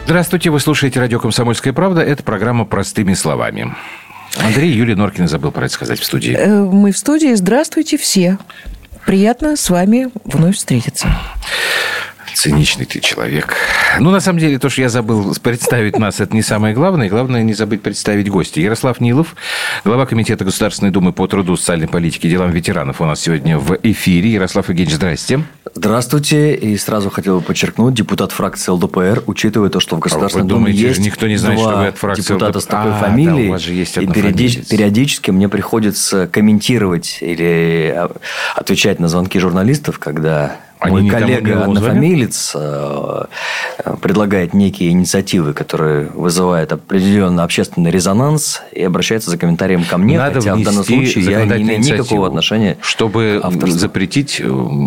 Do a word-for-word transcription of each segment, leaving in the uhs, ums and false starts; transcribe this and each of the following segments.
Здравствуйте, вы слушаете радио «Комсомольская правда». Это программа «Простыми словами». Андрей, Юлия Норкина, забыл про это сказать в студии. Мы в студии. Здравствуйте все. Приятно с вами вновь встретиться. Циничный ты человек. Ну, на самом деле, то, что я забыл представить нас, это не самое главное. Главное, не забыть представить гостя. Ярослав Нилов, глава Комитета Государственной Думы по труду, социальной политике и делам ветеранов, у нас сегодня в эфире. Ярослав Евгеньевич, здрасте. Здравствуйте. И сразу хотел бы подчеркнуть, депутат фракции эл дэ пэ эр, учитывая то, что в Государственной вы Думе думаете, есть никто не знает, два что вы от фракции депутата с такой а, фамилией, да, у вас же есть и периодически, периодически мне приходится комментировать или отвечать на звонки журналистов, когда... Они Мой коллега однофамилец предлагает некие инициативы, которые вызывают определенный общественный резонанс, и обращается за комментарием ко мне, Надо хотя в данном случае я не имею никакого отношения чтобы к авторству. Запретить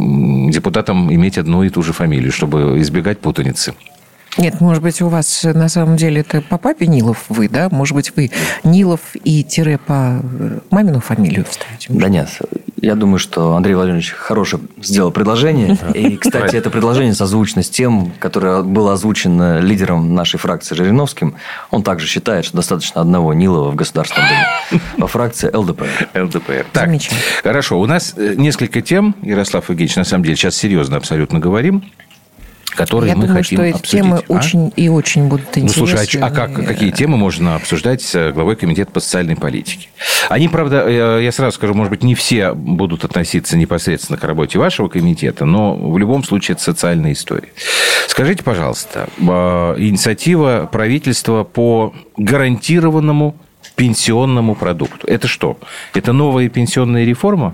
депутатам иметь одну и ту же фамилию, чтобы избегать путаницы. Нет, может быть, у вас на самом деле это по папе Нилов вы, да? Может быть, вы Нилов и тире по мамину фамилию вставите? Да нет. Я думаю, что Андрей Владимирович хорошее сделал предложение. И, кстати, это предложение созвучно с тем, которое было озвучено лидером нашей фракции Жириновским. Он также считает, что достаточно одного Нилова в Государственном Думе. По фракции эл дэ пэ эр. эл дэ пэ эр. Так, замечательно. Хорошо. У нас несколько тем, Ярослав Евгеньевич, на самом деле, сейчас серьезно абсолютно говорим, которые Я мы думаю, хотим что эти обсудить. темы а? очень и очень будут интересны. Ну, слушай, а, а как, какие темы можно обсуждать с главой Комитета по социальной политике? Они, правда, я сразу скажу, может быть, не все будут относиться непосредственно к работе вашего комитета, но в любом случае это социальная история. Скажите, пожалуйста, инициатива правительства по гарантированному пенсионному продукту. Это что? Это новая пенсионная реформа?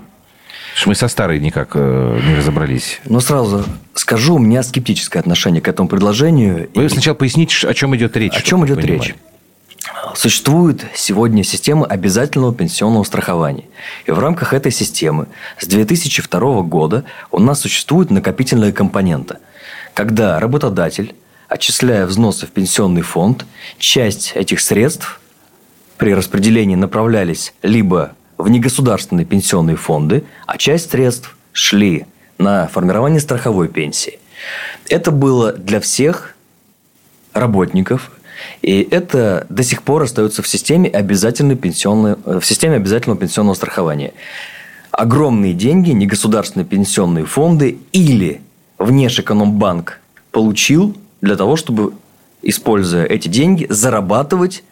Мы со старой никак не разобрались. Ну, сразу скажу, у меня скептическое отношение к этому предложению. Вы сначала поясните, о чем идет речь. О чем идет речь? Существует сегодня система обязательного пенсионного страхования. И в рамках этой системы с две тысячи второго года у нас существует накопительная компонента, когда работодатель, отчисляя взносы в пенсионный фонд, часть этих средств при распределении направлялись либо в негосударственные пенсионные фонды, а часть средств шли на формирование страховой пенсии. Это было для всех работников, и это до сих пор остается в системе обязательной пенсионной, в системе обязательного пенсионного страхования. Огромные деньги негосударственные пенсионные фонды или Внешэкономбанк получил для того, чтобы, используя эти деньги, зарабатывать,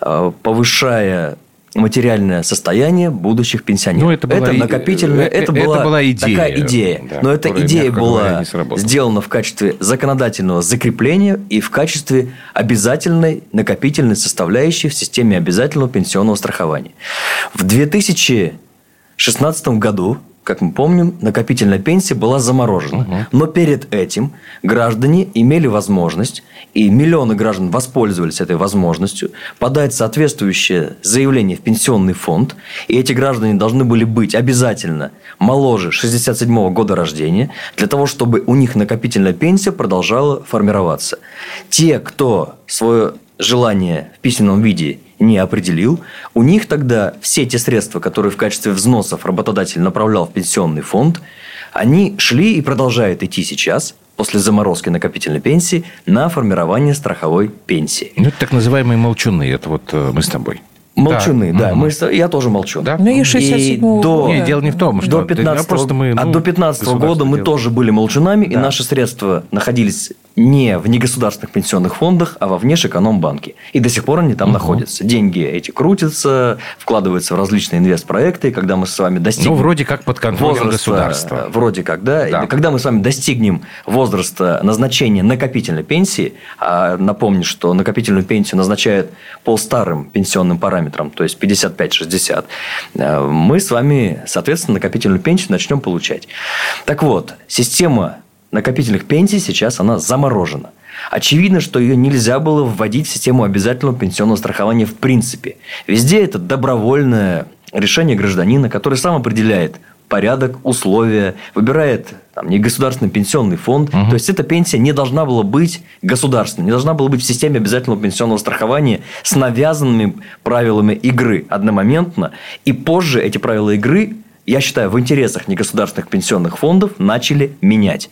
повышая материальное состояние будущих пенсионеров. Ну, это была, это накопительная, это, это была, была идея, такая идея. Да, но эта идея была говоря, сделана в качестве законодательного закрепления и в качестве обязательной накопительной составляющей в системе обязательного пенсионного страхования. В две тысячи шестнадцатом году, как мы помним, накопительная пенсия была заморожена. Угу. Но перед этим граждане имели возможность, и миллионы граждан воспользовались этой возможностью, подать соответствующее заявление в пенсионный фонд. И эти граждане должны были быть обязательно моложе шестьдесят седьмого года рождения, для того, чтобы у них накопительная пенсия продолжала формироваться. Те, кто свое желание в письменном виде не определил, у них тогда все те средства, которые в качестве взносов работодатель направлял в пенсионный фонд, они шли и продолжают идти сейчас, после заморозки накопительной пенсии, на формирование страховой пенсии. Ну, это так называемые молчуны. Это вот мы с тобой. Молчуны, да. да. Угу. Мы, я тоже молчу. Да? Ну, и шестьдесят седьмого года. Нет, дело не в том, что... До пятнадцатого, мы, ну, а до пятнадцатого года мы делаем. тоже были молчунами, да. И наши средства находились не в негосударственных пенсионных фондах, а во Внешэкономбанке. И до сих пор они там угу. находятся. Деньги эти крутятся, вкладываются в различные инвестпроекты. И когда мы с вами достигнем... Ну, вроде как под контролем возраста, государства. Вроде как, да. да. И когда мы с вами достигнем возраста назначения накопительной пенсии, а напомню, что накопительную пенсию назначают по старым пенсионным параметрам, то есть пятьдесят пять шестьдесят, мы с вами, соответственно, накопительную пенсию начнем получать. Так вот, система накопительных пенсий сейчас она заморожена. Очевидно, что ее нельзя было вводить в систему обязательного пенсионного страхования в принципе. Везде это добровольное решение гражданина, который сам определяет порядок, условия, выбирает там, негосударственный пенсионный фонд. Угу. То есть, эта пенсия не должна была быть государственной, не должна была быть в системе обязательного пенсионного страхования с навязанными правилами игры одномоментно. И позже эти правила игры я считаю, в интересах негосударственных пенсионных фондов начали менять,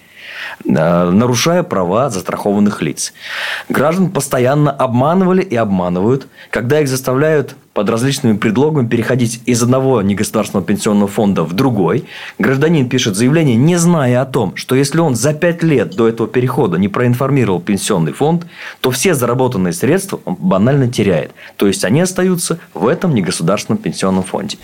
нарушая права застрахованных лиц. Граждан постоянно обманывали и обманывают, когда их заставляют под различными предлогами переходить из одного негосударственного пенсионного фонда в другой. Гражданин пишет заявление, не зная о том, что если он за пять лет до этого перехода не проинформировал пенсионный фонд, то все заработанные средства он банально теряет. То есть, они остаются в этом негосударственном пенсионном фонде.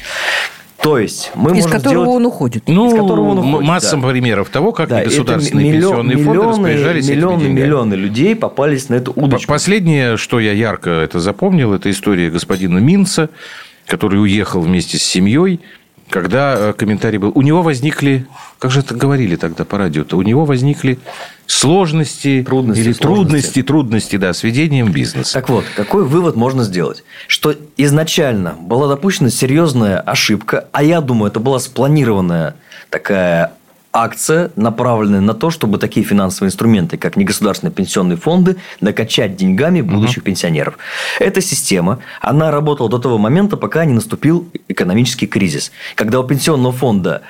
То есть, мы из можем которого сделать... он уходит. Ну, из которого он уходит, масса да. примеров того, как Да, негосударственные это пенсионные миллион, фонды миллионы, распоряжались миллионы, этими деньгами. миллионы людей попались на эту удочку. Последнее, что я ярко это запомнил, это история господина Минца, который уехал вместе с семьей, когда комментарий был, у него возникли, как же это говорили тогда по радио-то, у него возникли сложности, трудности, или сложности. трудности, трудности, да, с ведением бизнеса. Так вот, какой вывод можно сделать? Что изначально была допущена серьезная ошибка, а я думаю, это была спланированная такая акция, направленная на то, чтобы такие финансовые инструменты, как негосударственные пенсионные фонды, накачать деньгами будущих угу. пенсионеров. Эта система, она работала до того момента, пока не наступил экономический кризис. Когда у пенсионного фонда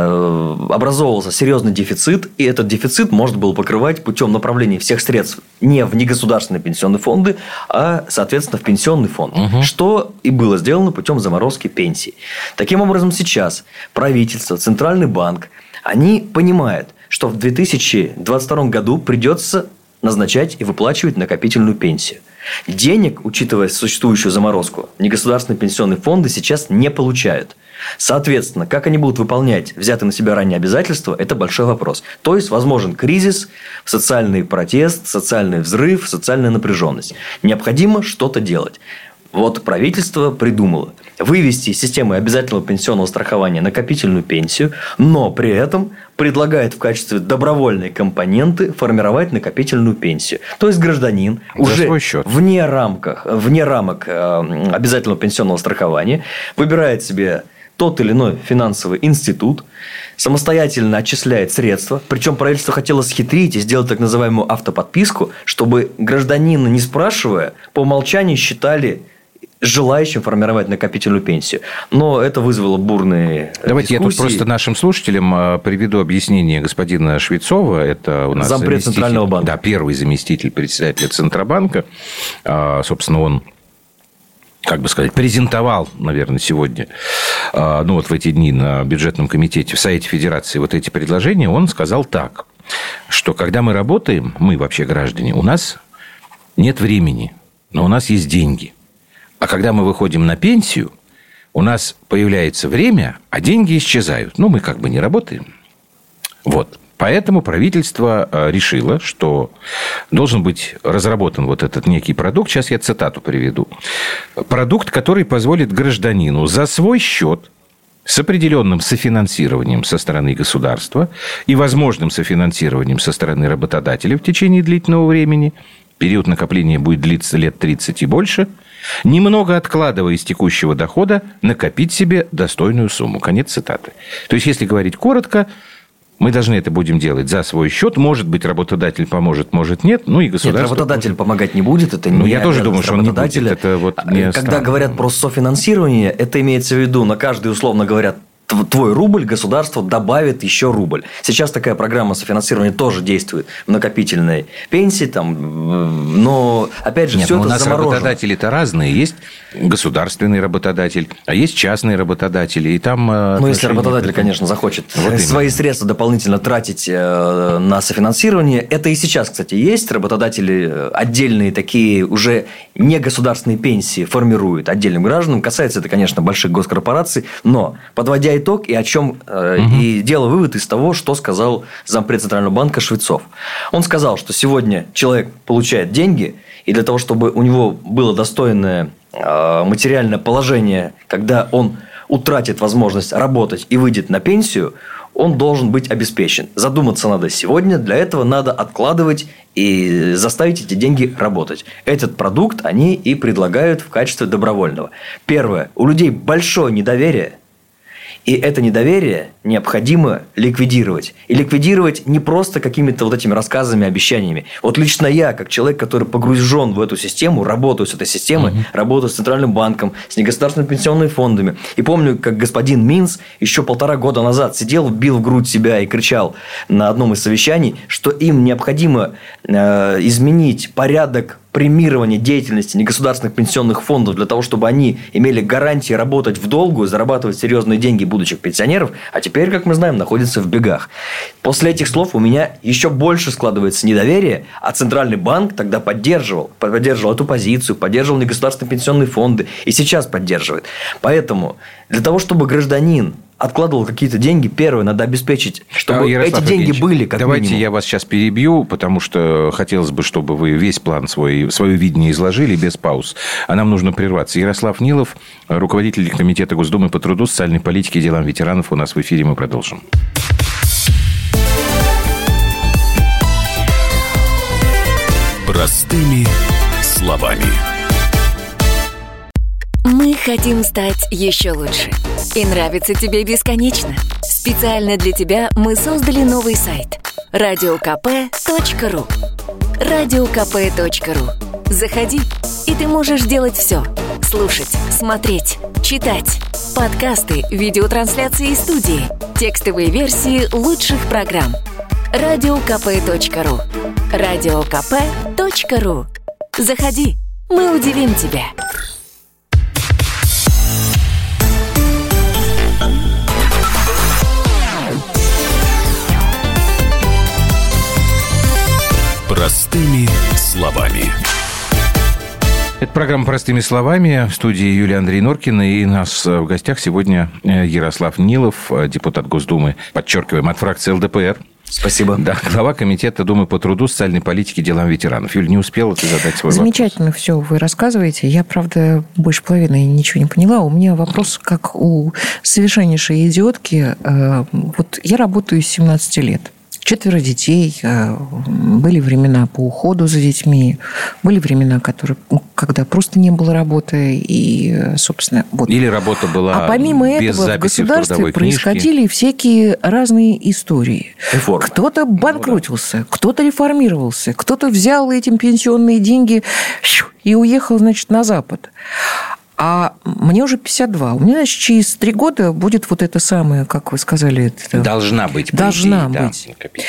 э, образовывался серьезный дефицит, и этот дефицит можно было покрывать путем направления всех средств не в негосударственные пенсионные фонды, а, соответственно, в пенсионный фонд. Угу. Что и было сделано путем заморозки пенсий. Таким образом, сейчас правительство, Центральный банк, они понимают, что в две тысячи двадцать втором году придется назначать и выплачивать накопительную пенсию. Денег, учитывая существующую заморозку, негосударственные пенсионные фонды сейчас не получают. Соответственно, как они будут выполнять взятые на себя ранее обязательства, это большой вопрос. То есть, возможен кризис, социальный протест, социальный взрыв, социальная напряженность. Необходимо что-то делать. Вот правительство придумало вывести из системы обязательного пенсионного страхования накопительную пенсию, но при этом предлагает в качестве добровольной компоненты формировать накопительную пенсию. То есть, гражданин За уже свой счет. вне, рамках, вне рамок э, обязательного пенсионного страхования выбирает себе тот или иной финансовый институт, самостоятельно отчисляет средства. Причем правительство хотело схитрить и сделать так называемую автоподписку, чтобы гражданина, не спрашивая, по умолчанию считали желающим формировать накопительную пенсию. Но это вызвало бурные Давайте дискуссии. я тут просто нашим слушателям приведу объяснение господина Швецова. Это у нас зампред Центрального банка. Да, первый заместитель председателя Центробанка. Собственно, он, как бы сказать, презентовал, наверное, сегодня, ну, вот в эти дни на бюджетном комитете в Совете Федерации вот эти предложения. Он сказал так, что когда мы работаем, мы вообще граждане, у нас нет времени, но у нас есть деньги. А когда мы выходим на пенсию, у нас появляется время, а деньги исчезают. Ну, мы как бы не работаем. Вот. Поэтому правительство решило, что должен быть разработан вот этот некий продукт. Сейчас я цитату приведу. Продукт, который позволит гражданину за свой счет с определенным софинансированием со стороны государства и возможным софинансированием со стороны работодателя в течение длительного времени, период накопления будет длиться лет тридцать и больше, немного откладывая из текущего дохода, накопить себе достойную сумму. Конец цитаты. То есть, если говорить коротко, мы должны это будем делать за свой счет. Может быть, работодатель поможет, может, нет. Ну, и государство... Нет, работодатель может... помогать не будет. Это ну, не я тоже думаю, что он не будет. Это вот не Когда стан... говорят про софинансирование, это имеется в виду, на каждый, условно говоря, твой рубль, государство добавит еще рубль. Сейчас такая программа софинансирования тоже действует в накопительной пенсии, там, но, опять же, Нет, все это у нас заморожено. работодатели-то разные. Есть государственный работодатель, а есть частные работодатели. И там ну, если работодатель, это... конечно, захочет вот свои средства дополнительно тратить на софинансирование, это и сейчас, кстати, есть. Работодатели отдельные такие уже негосударственные пенсии формируют отдельным гражданам. Касается это, конечно, больших госкорпораций, но, подводя итог, и о чем э, угу. и делал вывод из того, что сказал зампред Центрального банка Швецов. Он сказал, что сегодня человек получает деньги, и для того, чтобы у него было достойное э, материальное положение, когда он утратит возможность работать и выйдет на пенсию, он должен быть обеспечен. Задуматься надо сегодня, для этого надо откладывать и заставить эти деньги работать. Этот продукт они и предлагают в качестве добровольного. Первое. У людей большое недоверие. И это недоверие необходимо ликвидировать. И ликвидировать не просто какими-то вот этими рассказами, обещаниями. Вот лично я, как человек, который погружен в эту систему, работаю с этой системой, uh-huh. работаю с Центральным банком, с негосударственными пенсионными фондами. И помню, как господин Минц еще полтора года назад сидел, бил в грудь себя и кричал на одном из совещаний, что им необходимо э, изменить порядок премирования деятельности негосударственных пенсионных фондов для того, чтобы они имели гарантии работать в долгую, зарабатывать серьезные деньги будущих пенсионеров, а теперь, как мы знаем, находятся в бегах. После этих слов у меня еще больше складывается недоверие, а Центральный банк тогда поддерживал, поддерживал эту позицию, поддерживал негосударственные пенсионные фонды и сейчас поддерживает. Поэтому для того, чтобы гражданин откладывал какие-то деньги, первое, надо обеспечить, чтобы Ярослав эти деньги были как давайте минимум. Я вас сейчас перебью, потому что хотелось бы, чтобы вы весь план свой, свое видение изложили без пауз. А нам нужно прерваться. Ярослав Нилов, руководитель Комитета Госдумы по труду, социальной политике и делам ветеранов. У нас в эфире, мы продолжим. Простыми словами. Мы хотим стать еще лучше. И нравится тебе бесконечно. Специально для тебя мы создали новый сайт радио ка пэ точка ру. радио ка пэ точка ру. Заходи, и ты можешь делать все. Слушать, смотреть, читать. Подкасты, видеотрансляции из студии, текстовые версии лучших программ. радио ка пэ точка ру. радио ка пэ точка ру. Заходи, мы удивим тебя. Простыми словами. Это программа «Простыми словами». В студии Юлия Андрей Норкина. И у нас в гостях сегодня Ярослав Нилов, депутат Госдумы, подчеркиваем, от фракции эл дэ пэ эр. Спасибо. Да, глава Комитета Думы по труду, социальной политике и делам ветеранов. Юль, не успела ты задать свой Замечательно вопрос? все вы рассказываете. Я, правда, больше половины ничего не поняла. У меня вопрос, как у совершеннейшей идиотки. Вот я работаю с семнадцати лет. Четверо детей, были времена по уходу за детьми, были времена, которые, когда просто не было работы, и, собственно, вот. Или работа была а помимо без этого в государстве в происходили всякие разные истории. Реформы. Кто-то банкротился, кто-то реформировался, кто-то взял этим пенсионные деньги и уехал, значит, на Запад. А мне уже пятьдесят два. У меня, значит, через три года будет вот это самое, как вы сказали... Это... Должна быть. Должна идее, быть. Да,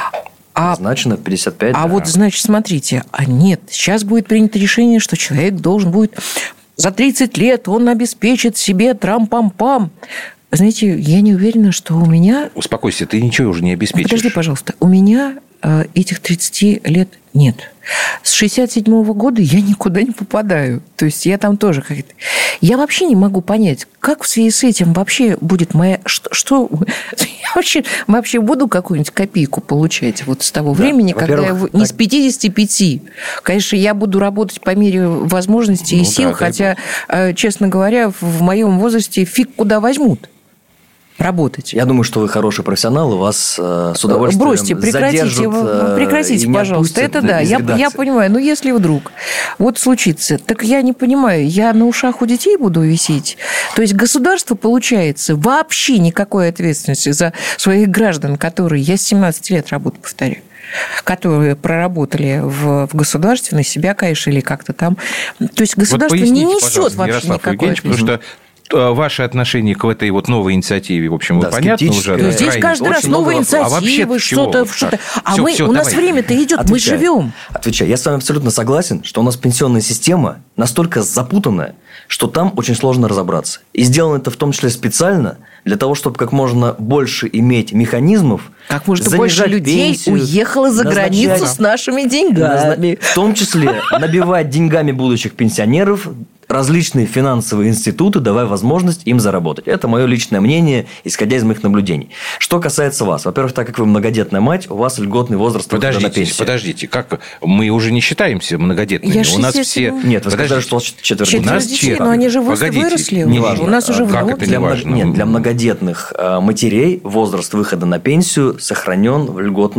а, Значено пятьдесят пять. А да. вот, значит, смотрите, а нет, сейчас будет принято решение, что человек должен будет за тридцать лет, он обеспечит себе трам-пам-пам. Знаете, я не уверена, что у меня... Успокойся, ты ничего уже не обеспечишь. Подожди, пожалуйста. У меня э, этих тридцати лет нет. С шестьдесят седьмого года я никуда не попадаю. То есть я там тоже как-то... Я вообще не могу понять, как в связи с этим вообще будет моя... Что... что... Я вообще, вообще буду какую-нибудь копейку получать вот с того да. времени, когда я не так... с пятидесяти пяти. Конечно, я буду работать по мере возможностей ну, и сил, да, хотя, э, честно говоря, в моем возрасте фиг куда возьмут. Работать. Я думаю, что вы хороший профессионал, и вас э, с удовольствием Бросьте, прекратите, задержат, э, прекратите, пожалуйста. Это да, я, я понимаю. Но если вдруг вот случится, так я не понимаю, я на ушах у детей буду висеть. То есть государство, получается, вообще никакой ответственности за своих граждан, которые, я с семнадцати лет работаю, повторяю, которые проработали в, в государстве, на себя, конечно, или как-то там. То есть государство вот не несет вообще Ярослав никакой ответственности. Потому что ваше отношение к этой вот новой инициативе, в общем, да, понятно уже. Да, здесь каждый раз новые инициативы, а что-то... что-то. А все, мы, все, у давай. Нас время-то идет, Отвечаю. Мы живем. Отвечаю. Я с вами абсолютно согласен, что у нас пенсионная система настолько запутанная, что там очень сложно разобраться. И сделано это в том числе специально для того, чтобы как можно больше иметь механизмов, как можно больше людей пенсию, уехало за границу с нашими деньгами. В том числе набивать деньгами будущих пенсионеров различные финансовые институты, давая возможность им заработать. Это мое личное мнение, исходя из моих наблюдений. Что касается вас. Во-первых, так как вы многодетная мать, у вас льготный возраст выхода на пенсию. Подождите, как мы уже не считаемся многодетными? Я у нас все... Нет, вы сказали, что у вас четверо детей. У нас детей, но они же выросли. Не важно. У нас уже как это не важно? Нет, для многодетных матерей возраст выхода на пенсию сохранен в льготном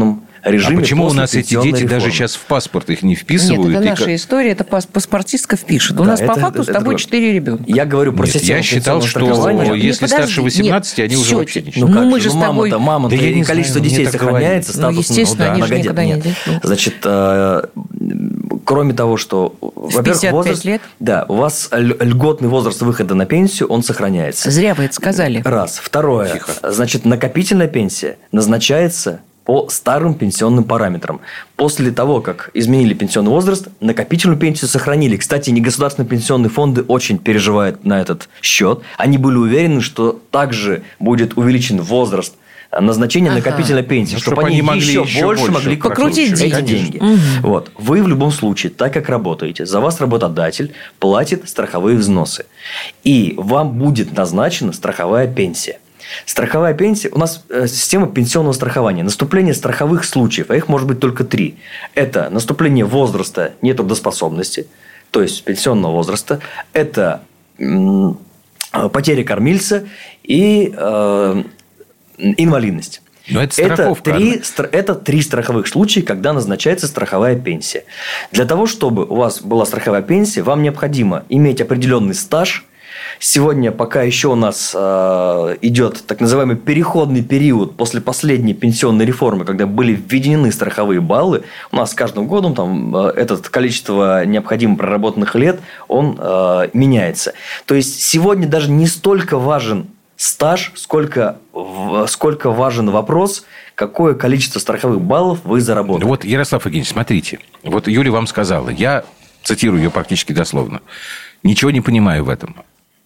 режиме. А почему у нас эти дети реформы. даже сейчас в паспорт их не вписывают? Нет, это наша как... история, это паспортистка впишет. У Да, нас это, по факту это, с тобой четыре ребенка. Я говорю про Нет, систему я считал, что страхования. если Не, старше подожди, восемнадцати, нет, они уже всё, вообще ну, ничего. ну, как мы же, же ну, с тобой- мама-то, мама-то, Да я и не количество знаю, детей мне так сохраняется, говорили. Ну, статус естественно, они же многодет- никогда не нет. дети. Значит, э, кроме того, что, во-первых, пятьдесят пять возраст... лет? Да, у вас ль- льготный возраст выхода на пенсию, он сохраняется. Зря вы это сказали. Раз. Второе. Тихо. Значит, накопительная пенсия назначается по старым пенсионным параметрам. После того, как изменили пенсионный возраст, накопительную пенсию сохранили. Кстати, негосударственные пенсионные фонды очень переживают на этот счет. Они были уверены, что также будет увеличен возраст назначения Ага. накопительной пенсии, Ну, чтобы чтоб они, они могли еще, еще больше, больше могли покрутить эти деньги. деньги. Мгм. Вот. Вы в любом случае, так как работаете, за вас работодатель платит страховые взносы. И вам будет назначена страховая пенсия. Страховая пенсия... У нас э, система пенсионного страхования. Наступление страховых случаев, а их может быть только три. Это наступление возраста нетрудоспособности, то есть пенсионного возраста. Это м, потеря кормильца и э, инвалидность. Но это страховка. Это три, стра- это три страховых случая, когда назначается страховая пенсия. Для того, чтобы у вас была страховая пенсия, вам необходимо иметь определенный стаж. Сегодня, пока еще у нас э, идет так называемый переходный период после последней пенсионной реформы, когда были введены страховые баллы, у нас с каждым годом там, э, это количество необходимо проработанных лет, он э, меняется. То есть, сегодня даже не столько важен стаж, сколько, сколько важен вопрос, какое количество страховых баллов вы заработали. Вот, Ярослав Евгеньевич, смотрите. Вот Юля вам сказала, я цитирую ее практически дословно, ничего не понимаю в этом.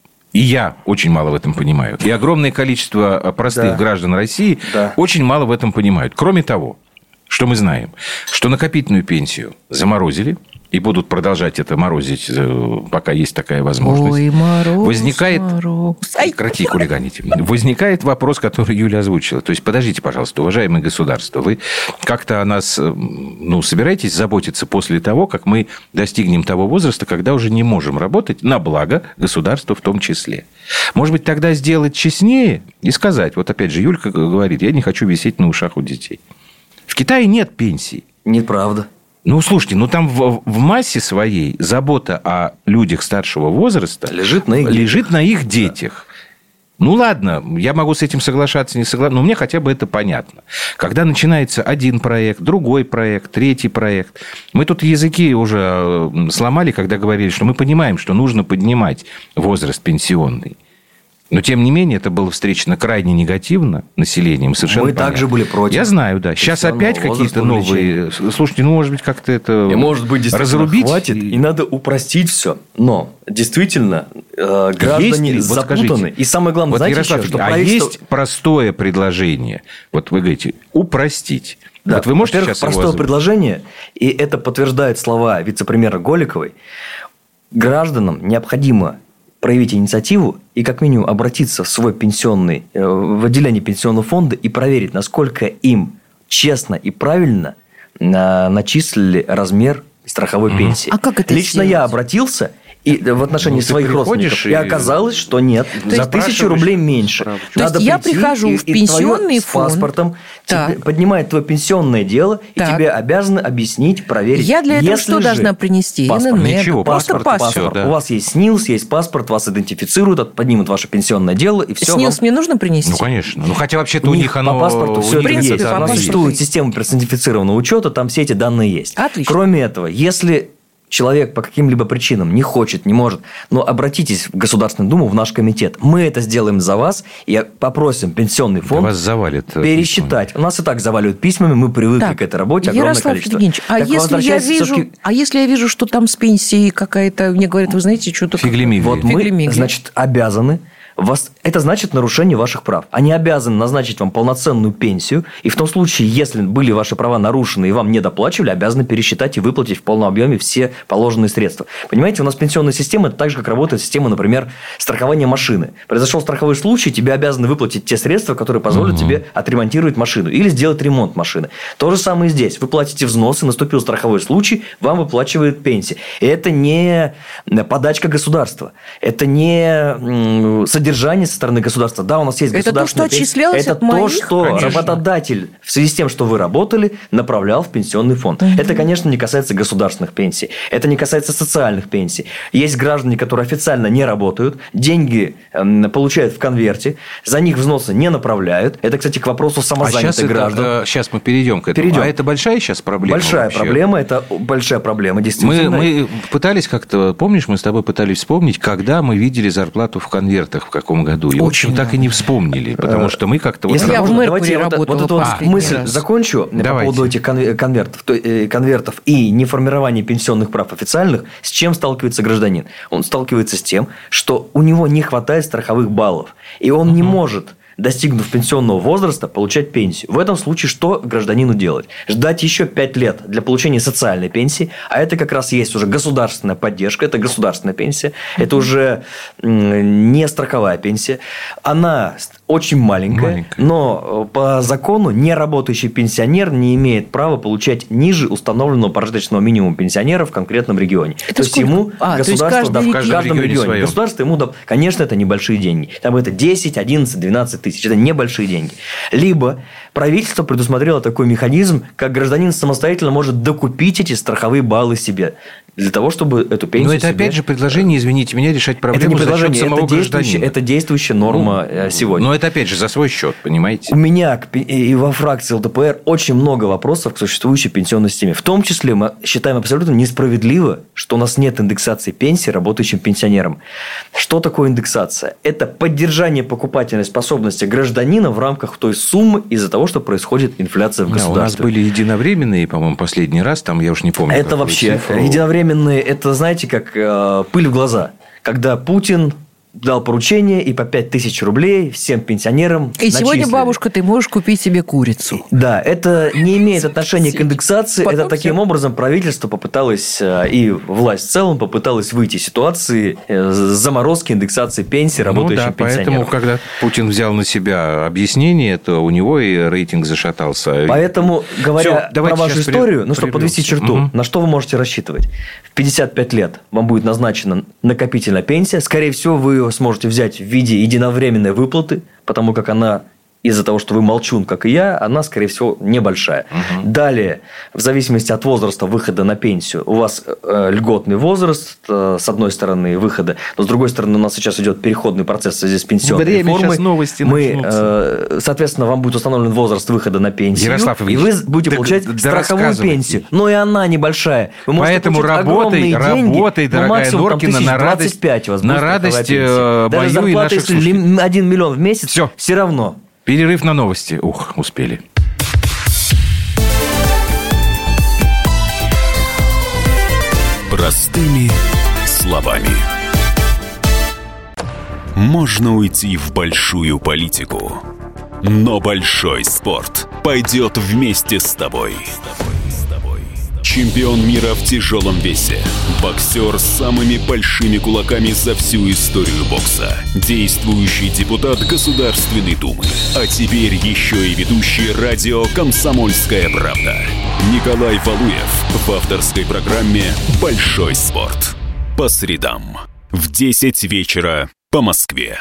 И я очень мало в этом понимаю. И огромное количество простых Да. граждан России Да. очень мало в этом понимают. Кроме того, что мы знаем, что накопительную пенсию заморозили и будут продолжать это морозить, пока есть такая возможность. Ой, мороз, Возникает... мороз. Ай. Прекрати хулиганить. Возникает вопрос, который Юля озвучила. То есть, подождите, пожалуйста, уважаемые государства, вы как-то о нас, ну, собираетесь заботиться после того, как мы достигнем того возраста, когда уже не можем работать на благо государства в том числе. Может быть, тогда сделать честнее и сказать, вот опять же, Юлька говорит, я не хочу висеть на ушах у детей. В Китае нет пенсий. Неправда. Ну, слушайте, ну там в, в массе своей забота о людях старшего возраста Лежит на их лежит детях. на их детях. Ну, ладно, я могу с этим соглашаться, не соглашаться, но мне хотя бы это понятно. Когда начинается один проект, другой проект, третий проект. Мы тут языки уже сломали, когда говорили, что мы понимаем, что нужно поднимать возраст пенсионный. Но, тем не менее, это было встречено крайне негативно населением. Совершенно Мы понятно. также были против. Я знаю, да. Сейчас Пенсионного опять какие-то возраста новые... Слушайте, ну, может быть, как-то это И, может быть, действительно разрубить. хватит, и надо упростить все. Но, действительно, э, граждане Есть ли- вот запутаны. скажите, И самое главное, вот, знаете, Ярослав, еще, что а правительство... есть простое предложение? Вот вы говорите, упростить. Да. Вот вы можете Во-первых, сейчас его простое озвучить? предложение, и это подтверждает слова вице-премьера Голиковой, гражданам необходимо проявить инициативу и как минимум обратиться в свой пенсионный, э, в отделение пенсионного фонда и проверить, насколько им честно и правильно на- начислили размер страховой пенсии. А как это Лично сделать? я обратился и в отношении Ну, ты своих приходишь родственников, и и оказалось, что нет. То есть запрашиваешь тысячу рублей меньше. справочку. То есть Надо я прийти, прихожу и- в и пенсионный твое с фонд. паспортом, Так. тебе поднимает твое пенсионное дело, и Так. тебе обязаны объяснить, проверить. Я для этого Если что же должна принести? паспорт. эн эн эр? Ничего, Просто паспорт, паспорт. всё, да. У вас есть СНИЛС, есть паспорт, вас идентифицируют, от- поднимут ваше пенсионное дело, и все. СНИЛС мне нужно принести? Ну, конечно. Ну, хотя вообще-то у у них них по оно... паспорту у все них это принципе, есть. по У нас паспорту существует есть. система персонифицированного учета, там все эти данные есть. Отлично. Кроме этого, если человек по каким-либо причинам не хочет, не может, но обратитесь в Государственную Думу, в наш комитет. Мы это сделаем за вас и попросим пенсионный фонд Вас завалит э, пересчитать. У нас и так заваливают письмами, мы привыкли Так, к этой работе, огромное Ярослав количество. Евгеньевич, а Так если я возвращаясь вижу, всё-таки- а если я вижу, что там с пенсией какая-то, мне говорят, вы знаете, что-то... Фигли-мигли. Вот мы, Фигли-мигли. значит, обязаны... Вас... Это значит нарушение ваших прав. Они обязаны назначить вам полноценную пенсию, и в том случае, если были ваши права нарушены и вам не доплачивали, обязаны пересчитать и выплатить в полном объеме все положенные средства. Понимаете, у нас пенсионная система – это так же, как работает система, например, страхования машины. Произошел страховой случай, тебе обязаны выплатить те средства, которые позволят угу. тебе отремонтировать машину или сделать ремонт машины. То же самое и здесь. Вы платите взносы, наступил страховой случай, вам выплачивают пенсии. И это не подачка государства, это не содержание поддержание со стороны государства. Да, у нас есть это государственная то, что пенсия. отчислялось Это от то, моих? что Конечно. работодатель в связи с тем, что вы работали, направлял в пенсионный фонд. Угу. Это, конечно, не касается государственных пенсий. Это не касается социальных пенсий. Есть граждане, которые официально не работают, деньги э, получают в конверте, за них взносы не направляют. Это, кстати, к вопросу самозанятых а сейчас граждан. Это, сейчас мы перейдем к этому. Перейдем. А это большая сейчас проблема? Большая вообще? проблема. Это большая проблема, действительно. Мы, мы пытались как-то, помнишь, мы с тобой пытались вспомнить, когда мы видели зарплату в конвертах, в каком году. И, в общем, так и не вспомнили, потому что мы как-то... Если вот я в Меркурии давайте вот, вот эту вот а, мысль закончу давайте. По поводу этих конвертов, конвертов и неформирования пенсионных прав официальных. С чем сталкивается гражданин? Он сталкивается с тем, что у него не хватает страховых баллов, и он uh-huh. не может, достигнув пенсионного возраста, получать пенсию. В этом случае что гражданину делать? Ждать еще пять лет для получения социальной пенсии, а это как раз есть уже государственная поддержка, это государственная пенсия, mm-hmm. это уже не страховая пенсия. Она очень маленькая, маленькая, но по закону неработающий пенсионер не имеет права получать ниже установленного прожиточного минимума пенсионера в конкретном регионе. Это то есть сколько? ему а, государство да, в каждом, каждом регионе, регионе государство ему, да, конечно, это небольшие деньги. Там это десять, одиннадцать, двенадцать тысяч. Это небольшие деньги. Либо правительство предусмотрело такой механизм, как гражданин самостоятельно может докупить эти страховые баллы себе. Для того, чтобы эту пенсию... Но это, себе... опять же, предложение, извините меня, решать проблему это не предложение, за счет самого это действующая, это действующая норма ну, сегодня. Но это, опять же, за свой счет, понимаете? У меня и во фракции ЛДПР очень много вопросов к существующей пенсионной системе. В том числе мы считаем абсолютно несправедливо, что у нас нет индексации пенсии работающим пенсионерам. Что такое индексация? Это поддержание покупательной способности гражданина в рамках той суммы из-за того, что происходит инфляция в государстве. Да, у нас были единовременные, по-моему, последний раз, там я уж не помню. Это вообще цифру. Единовременные, это, знаете, как э, пыль в глаза. Когда Путин дал поручение и по пять тысяч рублей всем пенсионерам И начислили. Сегодня, бабушка, ты можешь купить себе курицу. Да, это не имеет отношения к индексации. Потом это таким все... образом правительство попыталось, и власть в целом попыталась выйти из ситуации заморозки индексации пенсии работающим ну, да, пенсионерам. Поэтому, когда Путин взял на себя объяснение, то у него и рейтинг зашатался. Поэтому, говоря все, про вашу историю, при... ну, чтобы подвести черту, угу. на что вы можете рассчитывать? В пятьдесят пять лет вам будет назначена накопительная пенсия. Скорее всего, вы ее сможете взять в виде единовременной выплаты, потому как она, из-за того, что вы молчун, как и я, она, скорее всего, небольшая. Угу. Далее, в зависимости от возраста выхода на пенсию, у вас э, льготный возраст, э, с одной стороны, выхода, но с другой стороны, у нас сейчас идет переходный процесс в связи с пенсионной Время, реформой. сейчас новости Мы, э, соответственно, вам будет установлен возраст выхода на пенсию, Ярослав Ильич, и вы будете да, получать да, страховую пенсию. Но и она небольшая. Вы Поэтому работай, работай, деньги, дорогая максимум, Норкина, на радость, на радость мою Даже и наших слушателей. Если один миллион в месяц, все, все равно. Перерыв на новости. Ух, успели. Простыми словами. Можно уйти в большую политику, но большой спорт пойдет вместе с тобой. Чемпион мира в тяжелом весе. Боксер с самыми большими кулаками за всю историю бокса. Действующий депутат Государственной Думы. А теперь еще и ведущий радио «Комсомольская правда». Николай Валуев в авторской программе «Большой спорт». По средам в десять вечера по Москве.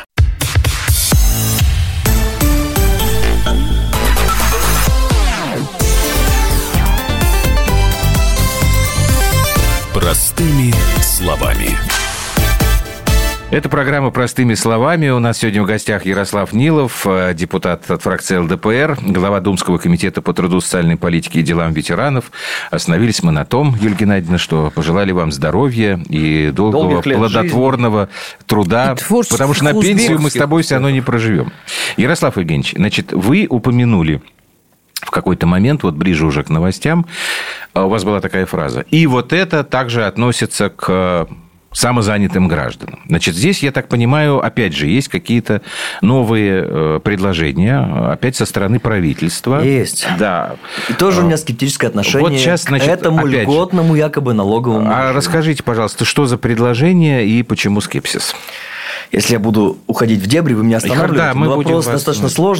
Простыми словами. Это программа «Простыми словами». У нас сегодня в гостях Ярослав Нилов, депутат от фракции ЛДПР, глава Думского комитета по труду, социальной политике и делам ветеранов. Остановились мы на том, Юлия Геннадьевна, что пожелали вам здоровья и долгого, плодотворного жизни. Труда, потому что на пенсию мы с тобой все равно не проживем. Ярослав Евгеньевич, значит, вы упомянули в какой-то момент, вот ближе уже к новостям, у вас была такая фраза. И вот это также относится к самозанятым гражданам. Значит, здесь, я так понимаю, опять же, есть какие-то новые предложения, опять со стороны правительства. Есть. Да. И тоже у меня скептическое отношение вот сейчас, значит, к этому льготному якобы налоговому. А расскажите, пожалуйста, что за предложение и почему скепсис? Если я буду уходить в дебри, вы меня останавливаете. Да, мы Вопрос будем достаточно вас... сложный.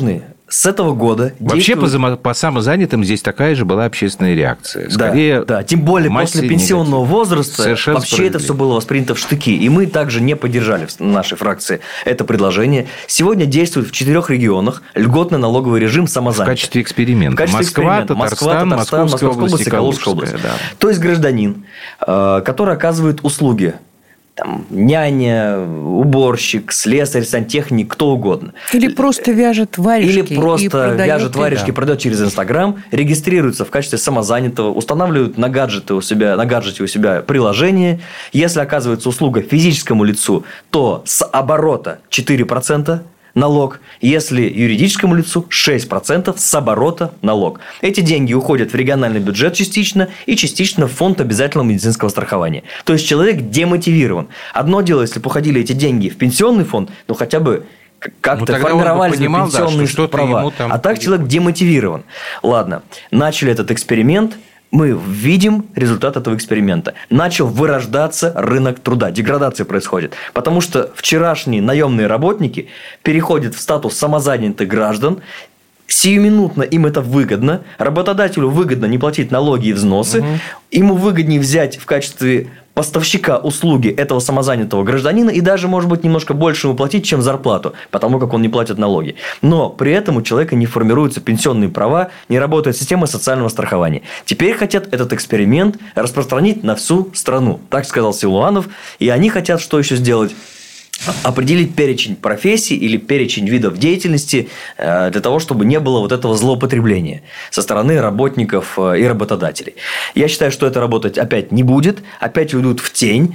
с этого года... Вообще, действует... по, по самозанятым здесь такая же была общественная реакция. Скорее, да, да, тем более после пенсионного негатив. возраста Совершенно вообще это все было воспринято в штыки. И мы также не поддержали в нашей фракции это предложение. Сегодня действует в четырех регионах льготный налоговый режим самозанятых. В качестве эксперимента. В качестве Москва, эксперимента. Татарстан, Москва, Татарстан, Московская, Московская область, Калужская область. Да. То есть гражданин, который оказывает услуги, там, няня, уборщик, слесарь, сантехник, кто угодно. Или просто вяжет варежки. Или просто вяжет и варежки, да. продает через Инстаграм, регистрируется в качестве самозанятого, устанавливают на гаджеты у себя, на гаджете у себя приложение. Если оказывается услуга физическому лицу, то с оборота четыре процента налог, если юридическому лицу шесть процентов с оборота налог. Эти деньги уходят в региональный бюджет частично и частично в фонд обязательного медицинского страхования. То есть человек демотивирован. Одно дело, если бы уходили эти деньги в пенсионный фонд, ну хотя бы как-то ну, формировались понимал, пенсионные да, права. А так человек демотивирован. Ладно, начали этот эксперимент. Мы видим результат этого эксперимента. Начал вырождаться рынок труда. Деградация происходит. Потому что вчерашние наемные работники переходят в статус самозанятых граждан. Сиюминутно им это выгодно. Работодателю выгодно не платить налоги и взносы. Угу. Ему выгоднее взять в качестве поставщика услуги этого самозанятого гражданина и даже, может быть, немножко больше ему платить, чем зарплату, потому как он не платит налоги. Но при этом у человека не формируются пенсионные права, не работает система социального страхования. Теперь хотят этот эксперимент распространить на всю страну. Так сказал Силуанов. И они хотят что еще сделать? Определить перечень профессий или перечень видов деятельности для того, чтобы не было вот этого злоупотребления со стороны работников и работодателей. Я считаю, что это работать опять не будет, опять уйдут в тень.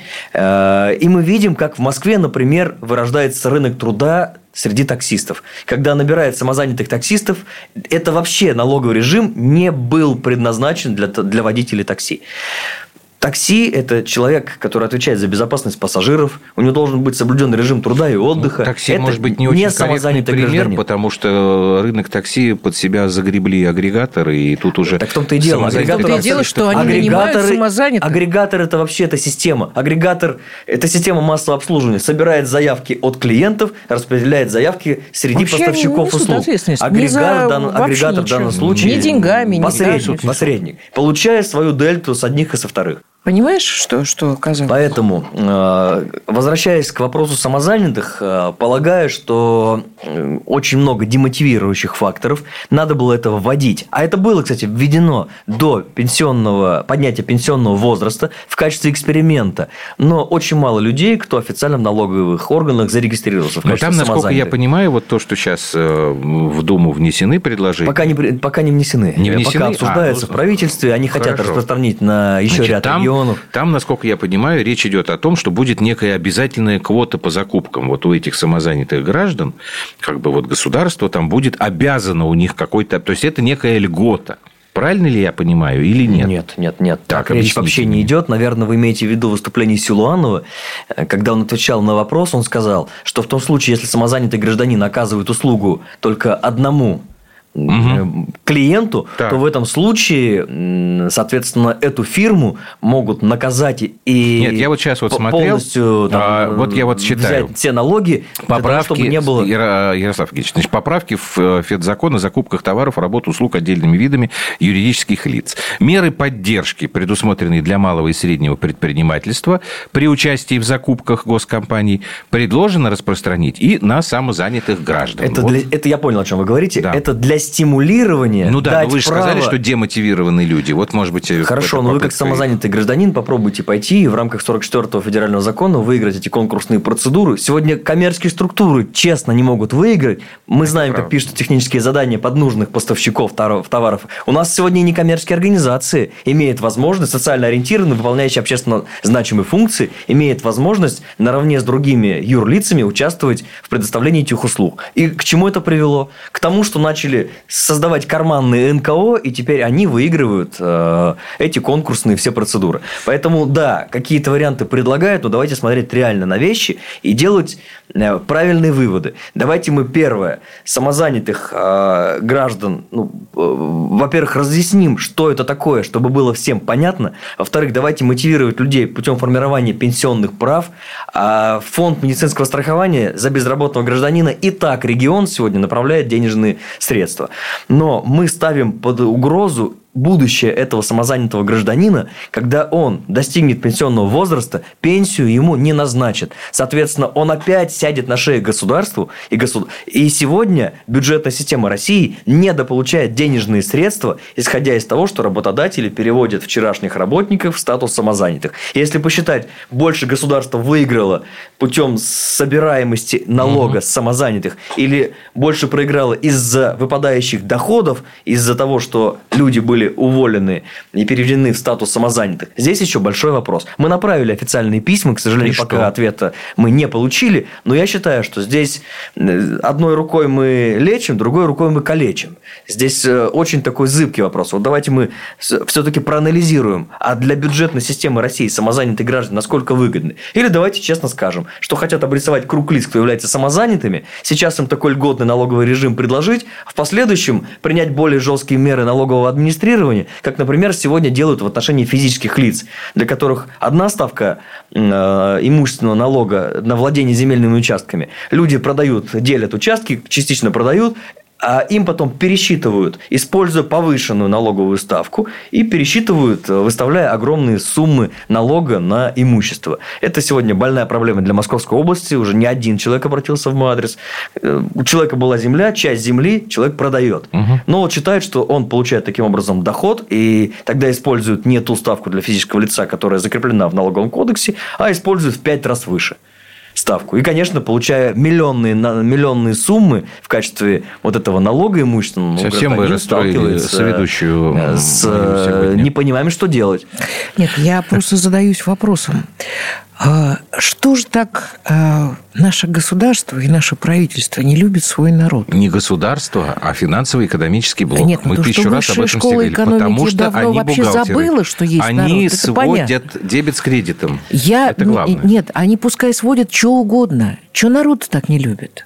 И мы видим, как в Москве, например, вырождается рынок труда среди таксистов. Когда набирают самозанятых таксистов, это вообще налоговый режим не был предназначен для, для водителей такси. Такси – это человек, который отвечает за безопасность пассажиров. У него должен быть соблюден режим труда и отдыха. Ну, такси, это может быть, не очень корректный пример, гражданин. Потому что рынок такси под себя загребли агрегаторы, и тут уже… Так в том-то и дело. Агрегаторы, в том-то и дело, что они нанимают самозанятых. Агрегатор – это вообще эта система. Агрегатор – это система массового обслуживания. Собирает заявки от клиентов, распределяет заявки среди вообще поставщиков услуг. Агрегатор, дан, агрегатор в данном случае… Ни деньгами, ни посредник, посредник. Получает свою дельту с одних и со вторых. Понимаешь, что, что казалось? Поэтому, возвращаясь к вопросу самозанятых, полагаю, что очень много демотивирующих факторов. Надо было это вводить. А это было, кстати, введено до пенсионного, поднятия пенсионного возраста в качестве эксперимента. Но очень мало людей, кто официально в налоговых органах зарегистрировался в качестве самозанятых. Там, насколько я понимаю, вот то, что сейчас в Думу внесены предложения… Пока не, пока не внесены. Не внесены? Пока обсуждаются а, ну, в правительстве. Они Хорошо. хотят распространить на еще Значит, ряд там... регионов. Там, насколько я понимаю, речь идет о том, что будет некая обязательная квота по закупкам. Вот у этих самозанятых граждан, как бы вот государство там будет обязано у них какой-то... То есть, это некая льгота. Правильно ли я понимаю или нет? Нет, нет, нет. Так, так речь вообще не идет. Наверное, вы имеете в виду выступление Силуанова. Когда он отвечал на вопрос, он сказал, что в том случае, если самозанятый гражданин оказывает услугу только одному угу. клиенту, так. то в этом случае, соответственно, эту фирму могут наказать и Нет, я вот сейчас вот смотрел, полностью там, а, вот я вот считаю, взять все налоги, поправки, того, чтобы не было... Ярослав Евгеньевич, значит, поправки в Федзакон о закупках товаров, работ, услуг отдельными видами юридических лиц. Меры поддержки, предусмотренные для малого и среднего предпринимательства при участии в закупках госкомпаний, предложено распространить и на самозанятых граждан. Это, вот. для... это я понял, о чем вы говорите. Да. Это для стимулирования. Ну да, дать но вы же право... сказали, что демотивированные люди. Вот, может быть, хорошо, но вы как самозанятый гражданин попробуйте пойти и в рамках сорок четвёртого федерального закона выиграть эти конкурсные процедуры. Сегодня коммерческие структуры честно не могут выиграть. Мы Это знаем, правда. Как пишут технические задания под нужных поставщиков товаров. У нас сегодня и некоммерческие организации имеют возможность, социально ориентированные, выполняющие общественно значимые функции, имеют возможность наравне с другими юрлицами участвовать в предоставлении этих услуг. И к чему это привело? К тому, что начали создавать карманные эн ка о, и теперь они выигрывают э, эти конкурсные все процедуры. Поэтому, да, какие-то варианты предлагают, но давайте смотреть реально на вещи и делать э, правильные выводы. Давайте мы, первое, самозанятых э, граждан, ну, э, во-первых, разъясним, что это такое, чтобы было всем понятно. Во-вторых, давайте мотивировать людей путем формирования пенсионных прав. А фонд медицинского страхования за безработного гражданина и так регион сегодня направляет денежные средства. Но мы ставим под угрозу будущее этого самозанятого гражданина, когда он достигнет пенсионного возраста, пенсию ему не назначат. Соответственно, он опять сядет на шею государству. И, государ... и сегодня бюджетная система России недополучает денежные средства, исходя из того, что работодатели переводят вчерашних работников в статус самозанятых. Если посчитать, больше государство выиграло путем собираемости налога с самозанятых или больше проиграло из-за выпадающих доходов, из-за того, что люди были уволены и переведены в статус самозанятых. Здесь еще большой вопрос. Мы направили официальные письма, к сожалению, пока ответа мы не получили, но я считаю, что здесь одной рукой мы лечим, другой рукой мы калечим. Здесь очень такой зыбкий вопрос. Вот давайте мы все-таки проанализируем, а для бюджетной системы России самозанятые граждане насколько выгодны. Или давайте честно скажем, что хотят обрисовать круг лиц, кто является самозанятыми, сейчас им такой льготный налоговый режим предложить, а в последующем принять более жесткие меры налогового администрирования, как, например, сегодня делают в отношении физических лиц, для которых одна ставка э, имущественного налога на владение земельными участками. Люди продают, делят участки, частично продают, а им потом пересчитывают, используя повышенную налоговую ставку, и пересчитывают, выставляя огромные суммы налога на имущество. Это сегодня больная проблема для Московской области. Уже не один человек обратился в мой адрес. У человека была земля, часть земли человек продает. Угу. Но вот считает, что он получает таким образом доход, и тогда используют не ту ставку для физического лица, которая закреплена в налоговом кодексе, а используют в пять раз выше ставку. И, конечно, получая миллионные, миллионные суммы в качестве вот этого налога имущественного, совсем вы расстроили соведущую с непониманием, что делать. Нет, я просто задаюсь вопросом. Что же так наше государство и наше правительство не любит свой народ? Не государство, а финансово-экономический блок. Нет, мы тысячу раз об этом говорили. Потому что они вообще забыла, что есть они народ. Они Это сводят понятно. Дебет с кредитом. Я... Это главное. Нет, они пускай сводят что угодно. Что народ так не любит?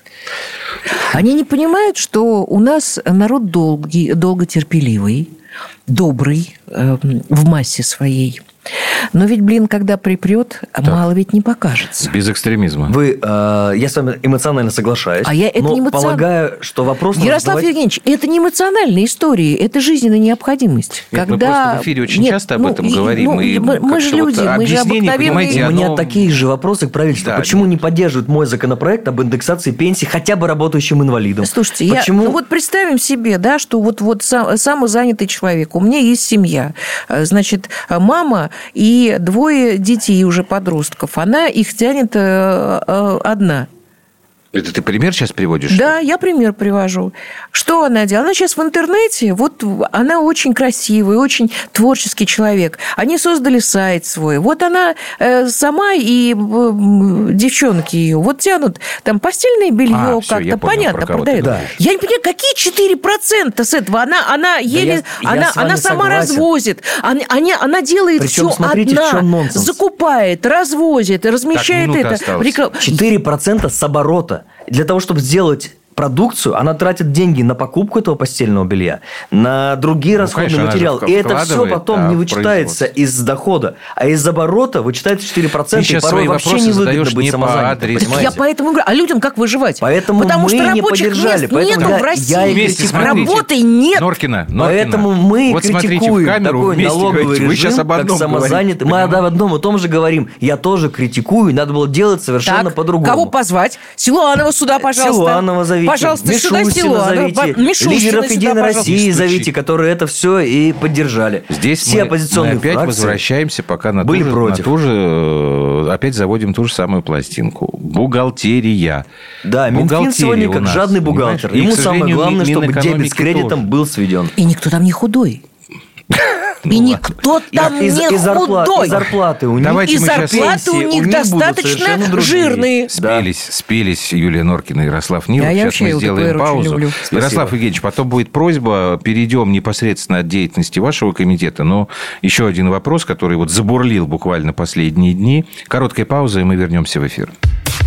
Они не понимают, что у нас народ долгий, долготерпеливый, добрый э, в массе своей. Но ведь, блин, когда припрет, мало ведь не покажется. Без экстремизма. Вы, э, я с вами эмоционально соглашаюсь. А я это но не эмоцион... полагаю, что вопрос... Ярослав задавать... Евгеньевич, это не эмоциональная история, это жизненная необходимость. Нет, когда... мы просто в эфире очень Нет, часто об ну, этом говорим. Ну, и мы, мы же люди, вот мы же обыкновенные. У меня оно... такие же вопросы к правительству. Да, Почему нет. не поддерживают мой законопроект об индексации пенсий хотя бы работающим инвалидам? Слушайте, Почему... я, ну вот представим себе, да, что вот, вот сам, самозанятый человек, у меня есть семья, значит, мама и двое детей уже подростков, она их тянет э, э, одна. Это ты пример сейчас приводишь? Да, я пример привожу. Что она делает? Она сейчас в интернете, вот она очень красивый, очень творческий человек. Они создали сайт свой. Вот она э, сама и э, девчонки ее вот тянут там постельное белье а, все, как-то, понятно, продают. Да. Я не понимаю, какие четыре процента с этого? Она, она еле, я, она, я она сама согласен. развозит, она, она, она делает Причем, все смотрите, одна, в чем нонсенс. Закупает, развозит, размещает так, это. четыре процента с оборота. Для того, чтобы сделать продукцию, она тратит деньги на покупку этого постельного белья, на другие ну, расходные конечно, материалы. И это все потом да, не вычитается из дохода, а из оборота вычитается четыре процента, и порой вообще не выгодно быть самозанятым. Я поэтому говорю, а людям как выживать? Поэтому Потому мы что не рабочих поддержали. мест нету я, в России. Я вместе работы нет. Норкина, Норкина. Поэтому мы вот критикуем камеру, такой налоговый говорите, режим, как самозанятый. Мы об одном и том же говорим. Я тоже критикую, надо было делать совершенно так, по-другому. Кого позвать? Силуанова сюда, пожалуйста. Силуанова зовите. Пожалуйста, сюда зовите, лидеров Единой России зовите, которые это все и поддержали. Здесь все мы, оппозиционные мы опять фракции возвращаемся пока на были ту, же, против. на ту же, опять заводим ту же самую пластинку. Бухгалтерия. Да, Минфин сегодня как жадный бухгалтер. Ему самое главное, чтобы дебет с кредитом тоже был сведен. И никто там не худой. И никто там и, не и зарплаты, худой. И зарплаты у них, Давайте и мы сейчас- зарплаты у пенсии них у них будут достаточно совершенно другие. жирные. Да. Спелись, спелись Юлия Норкина и Ярослав Нилов. Да, я Сейчас вообще мы ЛДПР сделаем очень паузу. люблю. Ярослав Спасибо. Евгеньевич, потом будет просьба, перейдем непосредственно от деятельности вашего комитета, но еще один вопрос, который вот забурлил буквально последние дни. Короткая пауза, и мы вернемся в эфир.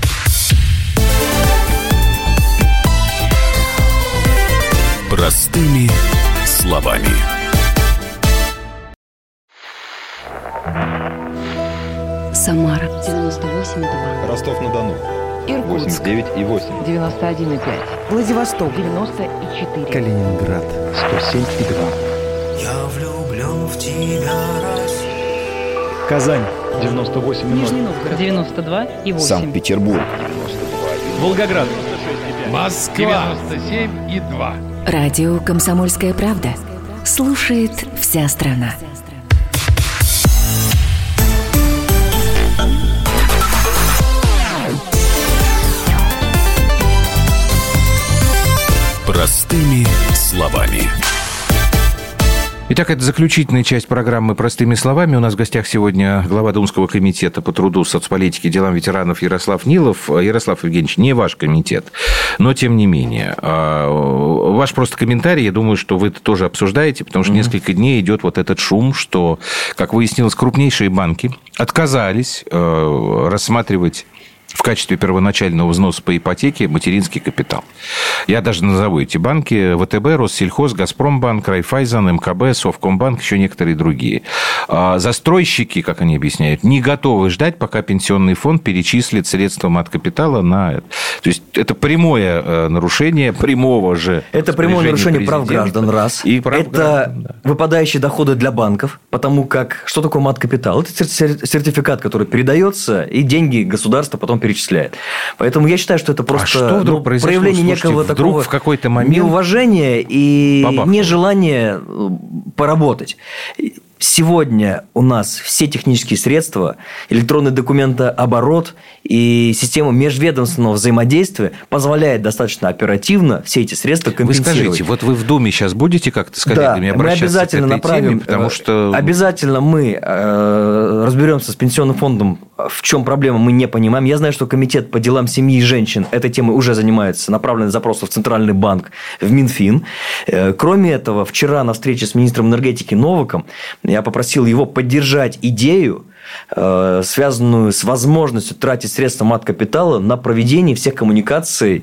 Простыми словами. Самара девяносто восемь и два. Ростов-на-Дону Иркутск восемьдесят девять и восемь. девяносто один и пять. Владивосток девяносто и четыре. Калининград сто семь и два. Я влюблен в тебя, Россия. Казань девяносто восемь и ноль. Нижний Новгород девяносто два и восемь. Санкт-Петербург Волгоград Москва девяносто семь и два. Радио «Комсомольская правда». Слушает вся страна. Простыми словами. Итак, это заключительная часть программы «Простыми словами». У нас в гостях сегодня глава Думского комитета по труду, соцполитике и делам ветеранов Ярослав Нилов. Ярослав Евгеньевич, не ваш комитет, но тем не менее. Ваш просто комментарий, я думаю, что вы это тоже обсуждаете, потому что mm-hmm. несколько дней идет вот этот шум, что, как выяснилось, крупнейшие банки отказались рассматривать в качестве первоначального взноса по ипотеке материнский капитал. Я даже назову эти банки: ВТБ, Россельхоз, Газпромбанк, Райфайзен, МКБ, Совкомбанк, еще некоторые другие. Застройщики, как они объясняют, не готовы ждать, пока пенсионный фонд перечислит средства маткапитала на это. То есть это прямое нарушение прямого же. Это прямое нарушение прав граждан, раз. И прав это граждан, да. выпадающие доходы для банков, потому как что такое маткапитал? Это сертификат, который передается, и деньги государство потом перечисляет. Поэтому я считаю, что это просто а что вдруг ну, произошло? проявление Слушайте, некого вдруг такого в какой-то момент неуважения и бабахнуло. нежелания поработать. Сегодня у нас все технические средства, электронный документооборот и система межведомственного взаимодействия позволяет достаточно оперативно все эти средства компенсировать. Вы скажите, вот вы в Думе сейчас будете как-то с коллегами да, обращаться мы обязательно к этой направим, теме, потому что... Обязательно мы э, разберемся с пенсионным фондом, в чем проблема, мы не понимаем. Я знаю, что комитет по делам семьи и женщин этой темой уже занимается, направлены запросы в Центральный банк, в Минфин. Э, кроме этого, вчера на встрече с министром энергетики Новаком я попросил его поддержать идею, связанную с возможностью тратить средства маткапитала на проведение всех коммуникаций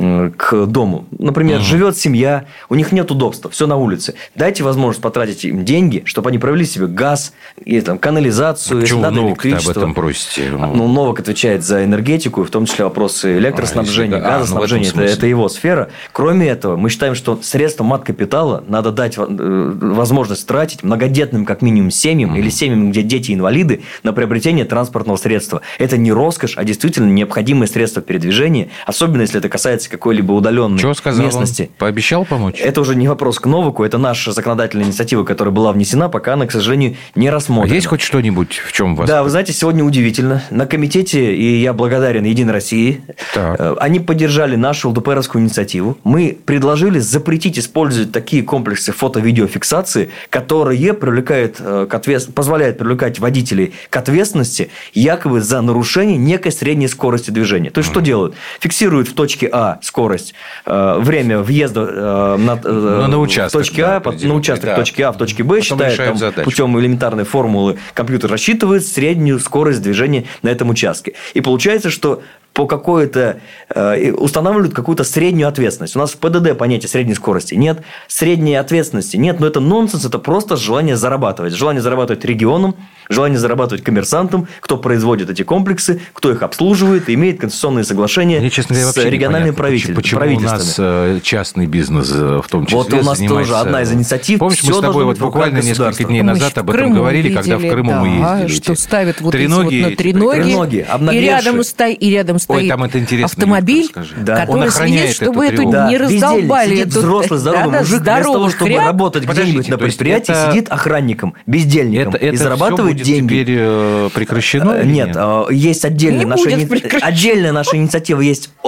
к дому. Например, угу. живет семья, у них нет удобства, все на улице. Дайте возможность потратить им деньги, чтобы они провели себе газ, и, там, канализацию, а если почему надо, Новак электричество. об этом просите? Ну, Новак отвечает за энергетику, в том числе вопросы электроснабжения, а, газоснабжения. а, ну, это, это его сфера. Кроме этого, мы считаем, что средства маткапитала надо дать возможность тратить многодетным, как минимум, семьям, угу. или семьям, где дети инвалиды, на приобретение транспортного средства. Это не роскошь, а действительно необходимое средство передвижения, особенно если это касается какой-либо удаленной Что сказал местности. Он? Пообещал помочь? Это уже не вопрос к Новаку, это наша законодательная инициатива, которая была внесена, пока она, к сожалению, не рассмотрена. А есть хоть что-нибудь, в чем вас... Да, вы знаете, сегодня удивительно. На комитете, и я благодарен Единой России, так. они поддержали нашу ЛДПРовскую инициативу. Мы предложили запретить использовать такие комплексы фото-видеофиксации, которые привлекают к ответ... позволяют привлекать водителей к ответственности якобы за нарушение некой средней скорости движения. То есть, mm-hmm. что делают? Фиксируют в точке А скорость, э, время въезда э, на, э, на участок, в точке да, А, на участок да. в точке А, в точке Б, считает, там, путем элементарной формулы компьютер рассчитывает среднюю скорость движения на этом участке. И получается, что по какой-то э, устанавливают какую-то среднюю ответственность. У нас в ПДД понятия средней скорости нет, средней ответственности нет, но это нонсенс, это просто желание зарабатывать. Желание зарабатывать регионам, желание зарабатывать коммерсантам, кто производит эти комплексы, кто их обслуживает, и имеет концессионные соглашения. Мне, честно говоря, с региональными правитель... почему, почему у нас частный бизнес в том числе вот у нас занимается... тоже одна из инициатив. Помнишь, мы с тобой вот буквально несколько дней назад об этом говорили, видели, когда в Крыму да, мы ездили. Что ставят вот треноги, эти вот на треноги, треноги и рядом, сто... и рядом стоит Ой, там это автомобиль, да. который следит, чтобы эту, эту да. не раздолбали. Сидит эту... взрослый, здоровый да, мужик, да, вместо того, чтобы хряк. работать где-нибудь на предприятии, это... сидит охранником, бездельником это, и это зарабатывает все будет деньги. Теперь прекращено? Нет, нет, есть отдельная наша, прекращено. отдельная наша инициатива есть от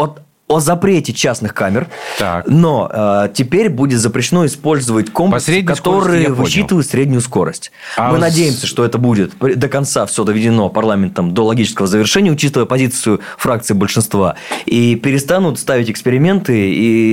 о запрете частных камер, так. но э, теперь будет запрещено использовать комплексы, которые высчитывают среднюю скорость. А Мы с... надеемся, что это будет до конца все доведено парламентом до логического завершения, учитывая позицию фракции большинства, и перестанут ставить эксперименты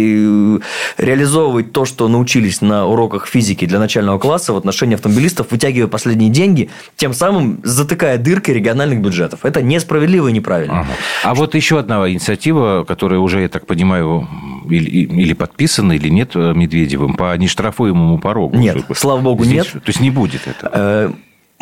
и реализовывать то, что научились на уроках физики для начального класса в отношении автомобилистов, вытягивая последние деньги, тем самым затыкая дырки региональных бюджетов. Это несправедливо и неправильно. Ага. А вот еще одна инициатива, которая уже, я так понимаю, или, или подписана, или нет Медведевым, по нештрафуемому порогу. Нет, слава богу, Здесь, нет. То есть, не будет этого.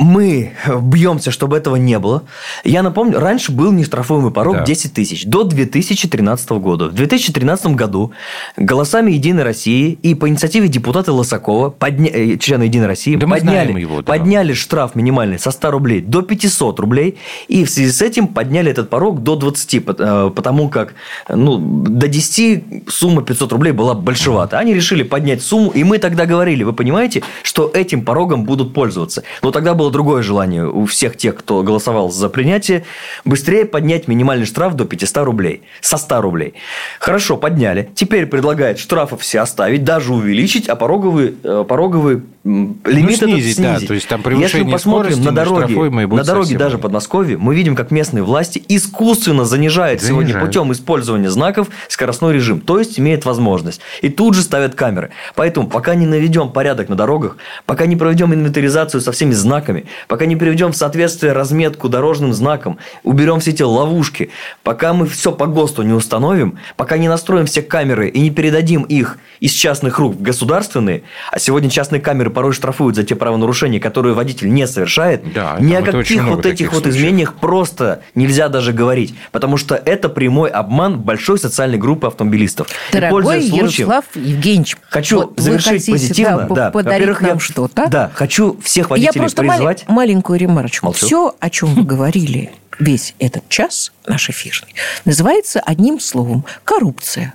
Мы бьемся, чтобы этого не было. Я напомню, раньше был нештрафуемый порог да. десять тысяч до две тысячи тринадцатого года. В две тысячи тринадцатом году голосами «Единой России» и по инициативе депутата Лысакова, подня... члена «Единой России», да подняли, его, да. подняли штраф минимальный со ста рублей до пятисот рублей. И в связи с этим подняли этот порог до двадцати, потому как ну, до десяти сумма пятьсот рублей была большевата. Они решили поднять сумму, и мы тогда говорили, вы понимаете, что этим порогом будут пользоваться. Но тогда было другое желание у всех тех, кто голосовал за принятие, быстрее поднять минимальный штраф до пятисот рублей. Со ста рублей. Хорошо, подняли. Теперь предлагают штрафы все оставить, даже увеличить, а пороговый, пороговый лимит ну, снизить, этот снизить. Да, то есть, там превышение Если мы посмотрим на дороги, на дороги даже в Подмосковье, мы видим, как местные власти искусственно занижают, занижают сегодня путем использования знаков скоростной режим. То есть, имеют возможность. И тут же ставят камеры. Поэтому, пока не наведем порядок на дорогах, пока не проведем инвентаризацию со всеми знаками, пока не приведем в соответствие разметку дорожным знаком, уберем все эти ловушки, пока мы все по ГОСТу не установим, пока не настроим все камеры и не передадим их из частных рук в государственные, а сегодня частные камеры порой штрафуют за те правонарушения, которые водитель не совершает, да, ни о каких вот этих вот изменениях просто нельзя даже говорить, потому что это прямой обман большой социальной группы автомобилистов. Дорогой Ярослав Евгеньевич, хочу вот завершить хотите, позитивно. Да, да. Во-первых, нам я, что-то. Да, хочу всех водителей я просто призвать. Мал- маленькую ремарочку. Молчу. Все, о чем вы говорили весь этот час наш эфирный, называется одним словом – коррупция.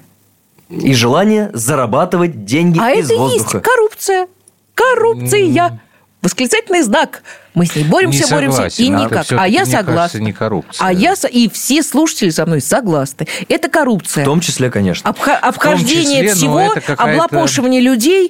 И желание зарабатывать деньги а из воздуха. А это есть коррупция. Коррупция. Mm. Восклицательный знак. Мы с ней боремся, не боремся, согласен, и никак. А я согласна. Не коррупция. А я и все слушатели со мной согласны. Это коррупция. В том числе, конечно. Обх- обхождение числе, всего, облапошивание людей,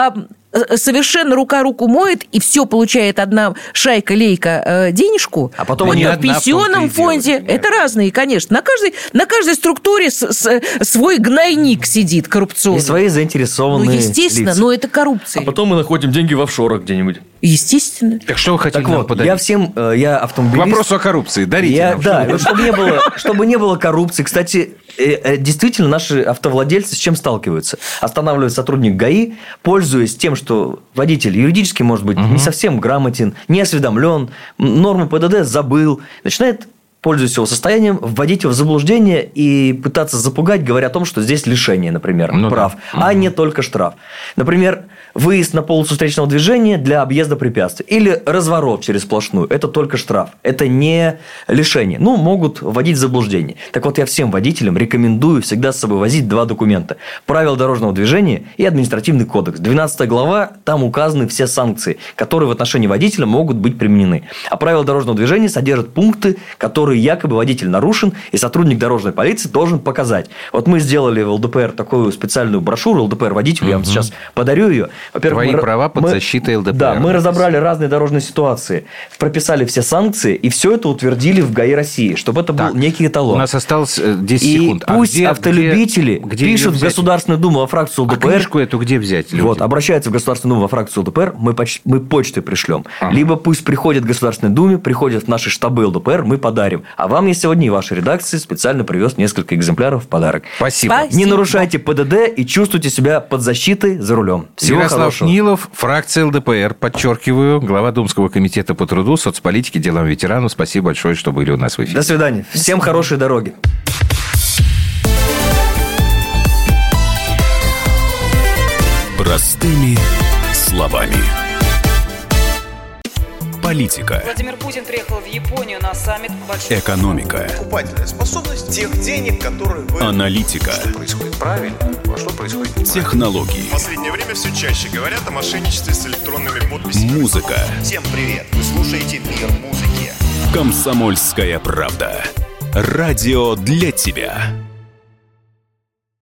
совершенно рука руку моет, и все получает одна шайка-лейка э, денежку. А потом они в пенсионном фонде. Делают, это разные, конечно. На каждой, на каждой структуре с, с, свой гнойник сидит коррупционный. И свои заинтересованные Ну, естественно, лица. но это коррупция. А потом мы находим деньги в офшорах где-нибудь. Естественно. Так что вы хотите так нам вот, подарить? Я всем, я автомобилист. К вопросу о коррупции. Дарите я, нам. Да, вот, чтобы, не было, чтобы не было коррупции. Кстати, действительно, наши автовладельцы с чем сталкиваются? Останавливает сотрудник ГАИ, пользуясь тем, что водитель юридически, может быть, угу. не совсем грамотен, не осведомлен, норму ПДД забыл, начинает, пользуясь его состоянием, вводить его в заблуждение и пытаться запугать, говоря о том, что здесь лишение, например, ну, прав, да. а угу. не только штраф. Например, выезд на полосу встречного движения для объезда препятствий или разворот через сплошную – это только штраф, это не лишение. Ну, могут вводить в заблуждение. Так вот, я всем водителям рекомендую всегда с собой возить два документа – правила дорожного движения и административный кодекс. двенадцатая глава, там указаны все санкции, которые в отношении водителя могут быть применены. А правила дорожного движения содержат пункты, которые якобы водитель нарушен, и сотрудник дорожной полиции должен показать. Вот мы сделали в ЛДПР такую специальную брошюру ЛДПР водителю, угу. я вам сейчас подарю ее. Во-первых, Твои мы, права под мы, защитой ЛДПР. Да, мы разобрали разные дорожные ситуации, прописали все санкции, и все это утвердили в ГАИ России, чтобы это так, был некий эталон. У нас осталось десять и секунд. А пусть где, автолюбители где, пишут где в Государственную Думу во фракцию ЛДПР. А книжку эту где взять? Люди? Вот, обращаются в Государственную Думу во фракцию ЛДПР, мы, поч- мы почтой пришлем. Ага. Либо пусть приходят в Государственную Думу, приходят в наши штабы ЛДПР, мы подарим. А вам я сегодня и вашей редакции специально привез несколько экземпляров в подарок. Спасибо. Спасибо. Не нарушайте ПДД и чувствуйте себя под защитой за рулем. Всего Ярослав хорошего. Нилов, фракция ЛДПР, подчеркиваю, глава Думского комитета по труду, соцполитике, делам ветеранов. Спасибо большое, что были у нас в эфире. До свидания. Всем хорошей дороги. Простыми словами. Политика. Владимир Путин приехал в Японию на саммит большой... Экономика. Покупательная способность тех денег, которые вы... Аналитика. Что происходит правильно, а что происходит неправильно. Технологии. В последнее время все чаще говорят о мошенничестве с электронными подписями. Музыка. Всем привет, вы слушаете «Мир музыки». Комсомольская правда. Радио для тебя.